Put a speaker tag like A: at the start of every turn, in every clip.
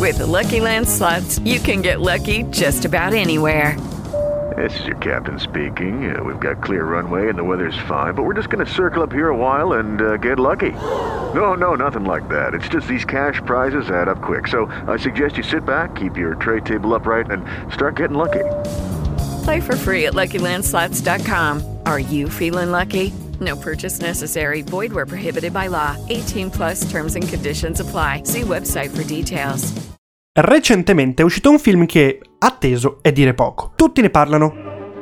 A: With the Lucky Land Slots, you can get lucky just about anywhere.
B: This is your captain speaking. We've got clear runway and the weather's fine, but we're just going to circle up here a while and get lucky. No, nothing like that. It's just these cash prizes add up quick. So I suggest you sit back, keep your tray table upright, and start getting lucky.
A: Play for free at LuckyLandSlots.com. Are you feeling lucky? No purchase necessary. Void where prohibited by law. 18 plus terms and conditions apply. See website for details.
C: Recentemente è uscito un film che, atteso, è dire poco. Tutti ne parlano.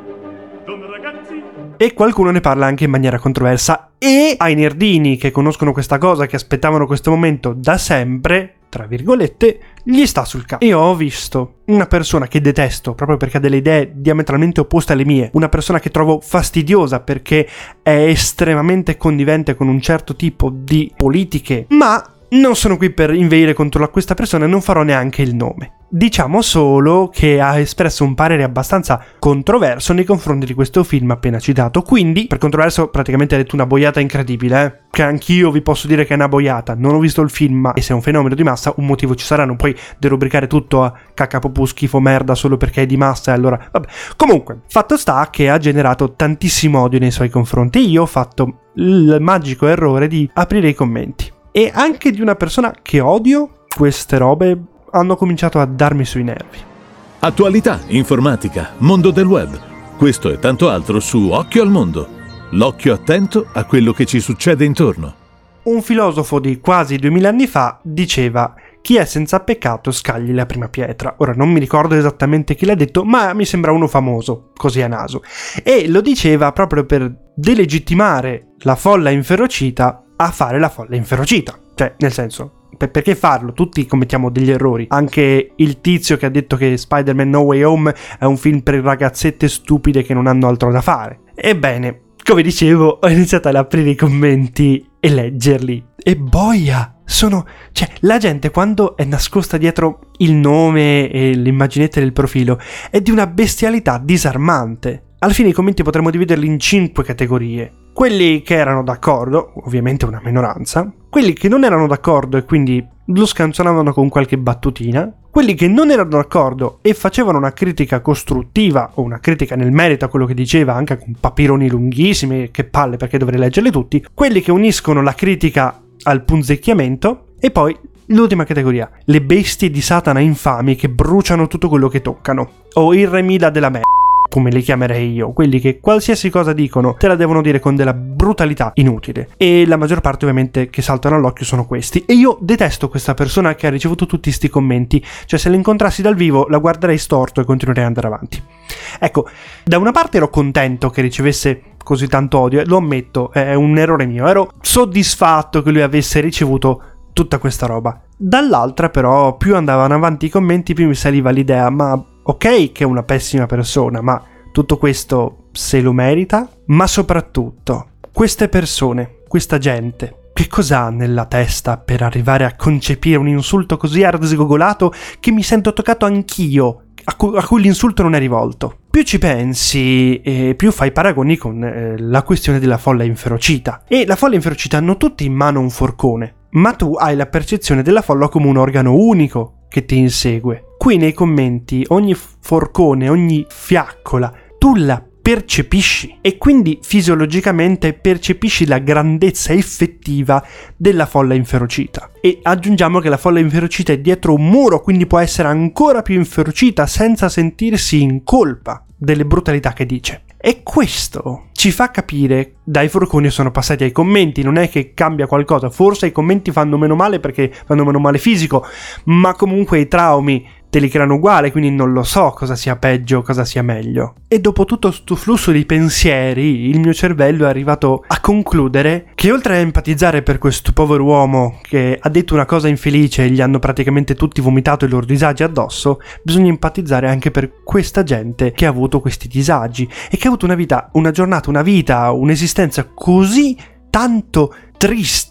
C: E qualcuno ne parla anche in maniera controversa. E ai nerdini che conoscono questa cosa, che aspettavano questo momento da sempre, tra virgolette, gli sta sul capo. Io ho visto una persona che detesto proprio perché ha delle idee diametralmente opposte alle mie, una persona che trovo fastidiosa perché è estremamente connivente con un certo tipo di politiche, ma non sono qui per inveire contro questa persona e non farò neanche il nome. Diciamo solo che ha espresso un parere abbastanza controverso nei confronti di questo film appena citato. Quindi, per controverso, praticamente ha detto una boiata incredibile, che anch'io vi posso dire che è una boiata. Non ho visto il film, ma se è un fenomeno di massa, un motivo ci sarà. Non puoi derubricare tutto a cacca, popù, schifo, merda solo perché è di massa e allora... Vabbè. Comunque, fatto sta che ha generato tantissimo odio nei suoi confronti. Io ho fatto il magico errore di aprire i commenti. E anche di una persona che odio, queste robe hanno cominciato a darmi sui nervi.
D: Attualità, informatica, mondo del web. Questo e tanto altro su Occhio al Mondo. L'occhio attento a quello che ci succede intorno.
C: Un filosofo di quasi 2000 anni fa diceva: chi è senza peccato scagli la prima pietra. Ora non mi ricordo esattamente chi l'ha detto, ma mi sembra uno famoso, così a naso. E lo diceva proprio per delegittimare la folla inferocita a fare la folla inferocita. Cioè, nel senso, perché farlo? Tutti commettiamo degli errori. Anche il tizio che ha detto che Spider-Man No Way Home è un film per ragazzette stupide che non hanno altro da fare. Ebbene, come dicevo, ho iniziato ad aprire i commenti e leggerli. E boia! Cioè, la gente quando è nascosta dietro il nome e l'immaginetta del profilo è di una bestialità disarmante. Alla fine i commenti potremmo dividerli in 5 categorie. Quelli che erano d'accordo, ovviamente una minoranza, quelli che non erano d'accordo e quindi lo scansionavano con qualche battutina, quelli che non erano d'accordo e facevano una critica costruttiva o una critica nel merito a quello che diceva, anche con papironi lunghissimi, che palle perché dovrei leggerli tutti, quelli che uniscono la critica al punzecchiamento e poi l'ultima categoria, le bestie di Satana infami che bruciano tutto quello che toccano, o il remida della merda, come li chiamerei io, quelli che qualsiasi cosa dicono te la devono dire con della brutalità inutile, e la maggior parte ovviamente che saltano all'occhio sono questi. E io detesto questa persona che ha ricevuto tutti sti commenti, cioè se la incontrassi dal vivo la guarderei storto e continuerei ad andare avanti. Ecco, da una parte ero contento che ricevesse così tanto odio, lo ammetto, è un errore mio, ero soddisfatto che lui avesse ricevuto tutta questa roba. Dall'altra però, più andavano avanti i commenti, più mi saliva l'idea, ma ok che è una pessima persona, ma tutto questo se lo merita? Ma soprattutto, queste persone, questa gente, che cosa ha nella testa per arrivare a concepire un insulto così arzigogolato che mi sento toccato anch'io, a cui l'insulto non è rivolto? Più ci pensi e più fai paragoni con la questione della folla inferocita. E la folla inferocita hanno tutti in mano un forcone, ma tu hai la percezione della folla come un organo unico che ti insegue. Qui nei commenti ogni forcone, ogni fiaccola, tu la percepisci e quindi fisiologicamente percepisci la grandezza effettiva della folla inferocita. E aggiungiamo che la folla inferocita è dietro un muro, quindi può essere ancora più inferocita senza sentirsi in colpa delle brutalità che dice. E questo ci fa capire, dai forconi sono passati ai commenti, non è che cambia qualcosa, forse i commenti fanno meno male perché fanno meno male fisico, ma comunque i traumi te li creano uguale, quindi non lo so cosa sia peggio, cosa sia meglio. E dopo tutto sto flusso di pensieri, il mio cervello è arrivato a concludere che oltre a empatizzare per questo povero uomo che ha detto una cosa infelice e gli hanno praticamente tutti vomitato i loro disagi addosso, bisogna empatizzare anche per questa gente che ha avuto questi disagi e che ha avuto una vita, una giornata, una vita, un'esistenza così tanto triste,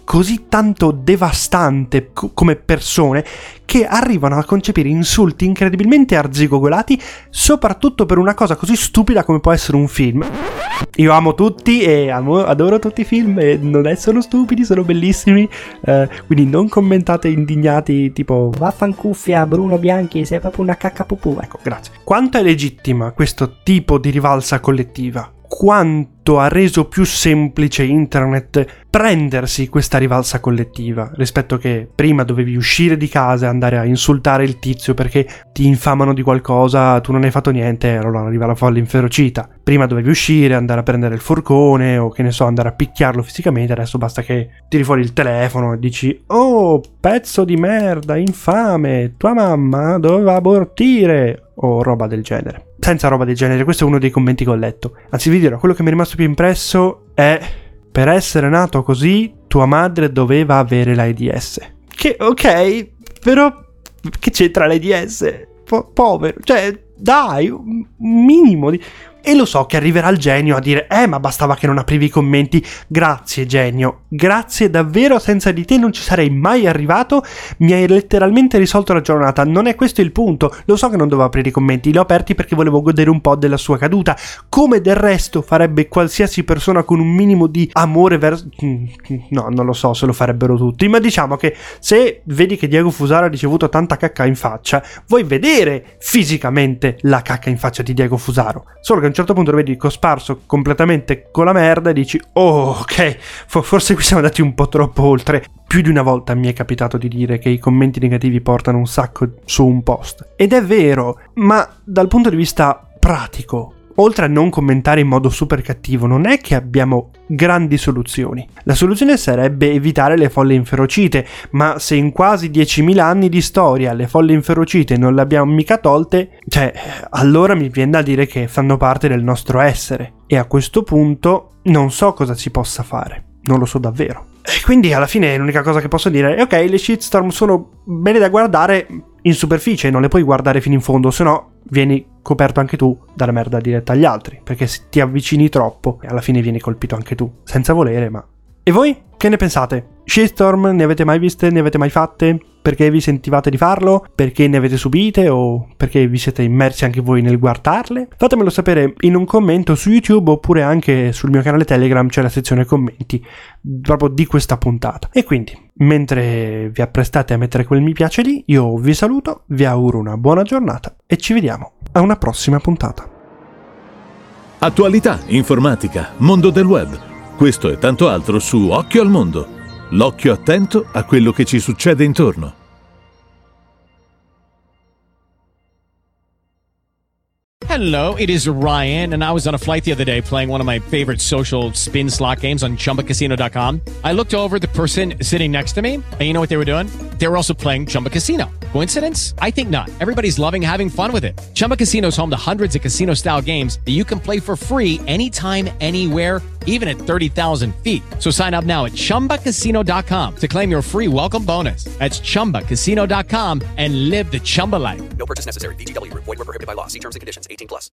C: così tanto devastante come persone che arrivano a concepire insulti incredibilmente arzigogolati, soprattutto per una cosa così stupida come può essere un film. Io amo tutti e adoro tutti i film e non sono stupidi, sono bellissimi, quindi non commentate indignati tipo vaffancuffia Bruno Bianchi, sei proprio una cacca pupù. Ecco, grazie. Quanto è legittima questo tipo di rivalsa collettiva? Quanto ha reso più semplice internet prendersi questa rivalsa collettiva rispetto che prima dovevi uscire di casa e andare a insultare il tizio perché ti infamano di qualcosa, tu non hai fatto niente, allora arriva la folla inferocita. Prima dovevi uscire, andare a prendere il forcone o che ne so, andare a picchiarlo fisicamente, adesso basta che tiri fuori il telefono e dici "Oh, pezzo di merda, infame, tua mamma doveva abortire" o roba del genere. Senza roba del genere, questo è uno dei commenti che ho letto. Anzi, vi dirò, quello che mi è rimasto più impresso è: per essere nato così, tua madre doveva avere l'AIDS. Che, ok, però che c'entra l'AIDS? Povero, cioè, dai, un minimo di... E lo so che arriverà il genio a dire ma bastava che non aprivi i commenti. Grazie genio, grazie davvero, senza di te non ci sarei mai arrivato, mi hai letteralmente risolto la giornata. Non è questo il punto, lo so che non dovevo aprire i commenti, li ho aperti perché volevo godere un po' della sua caduta, come del resto farebbe qualsiasi persona con un minimo di amore verso... No, non lo so se lo farebbero tutti, ma diciamo che se vedi che Diego Fusaro ha ricevuto tanta cacca in faccia, vuoi vedere fisicamente la cacca in faccia di Diego Fusaro, solo che a un certo punto lo vedi cosparso completamente con la merda e dici "Oh, ok, forse qui siamo andati un po' troppo oltre". Più di una volta mi è capitato di dire che i commenti negativi portano un sacco su un post, ed è vero, ma dal punto di vista pratico, oltre a non commentare in modo super cattivo, non è che abbiamo grandi soluzioni. La soluzione sarebbe evitare le folle inferocite, ma se in quasi 10.000 anni di storia le folle inferocite non le abbiamo mica tolte, allora mi viene da dire che fanno parte del nostro essere, e a questo punto non so cosa si possa fare, non lo so davvero. E quindi alla fine l'unica cosa che posso dire è ok, le shitstorm sono belle da guardare in superficie, non le puoi guardare fino in fondo, se no vieni coperto anche tu dalla merda diretta agli altri, perché se ti avvicini troppo alla fine vieni colpito anche tu, senza volere, ma... E voi? Che ne pensate? Shitstorm ne avete mai viste? Ne avete mai fatte? Perché vi sentivate di farlo? Perché ne avete subite? O perché vi siete immersi anche voi nel guardarle? Fatemelo sapere in un commento su YouTube, oppure anche sul mio canale Telegram c'è la sezione commenti proprio di questa puntata. E quindi, mentre vi apprestate a mettere quel mi piace lì, io vi saluto, vi auguro una buona giornata e ci vediamo a una prossima puntata.
D: Attualità, informatica, mondo del web. Questo e tanto altro su Occhio al Mondo. L'occhio attento a quello che ci succede intorno.
E: Hello, it is Ryan, and I was on a flight the other day playing one of my favorite social spin slot games on ChumbaCasino.com. I looked over at the person sitting next to me, and you know what they were doing? They were also playing Chumba Casino. Coincidence? I think not. Everybody's loving having fun with it. Chumba Casino is home to hundreds of casino-style games that you can play for free anytime, anywhere, even at 30,000 feet. So sign up now at ChumbaCasino.com to claim your free welcome bonus. That's ChumbaCasino.com and live the Chumba life.
F: No purchase necessary. VGW. Void where prohibited by law. See terms and conditions. 18+.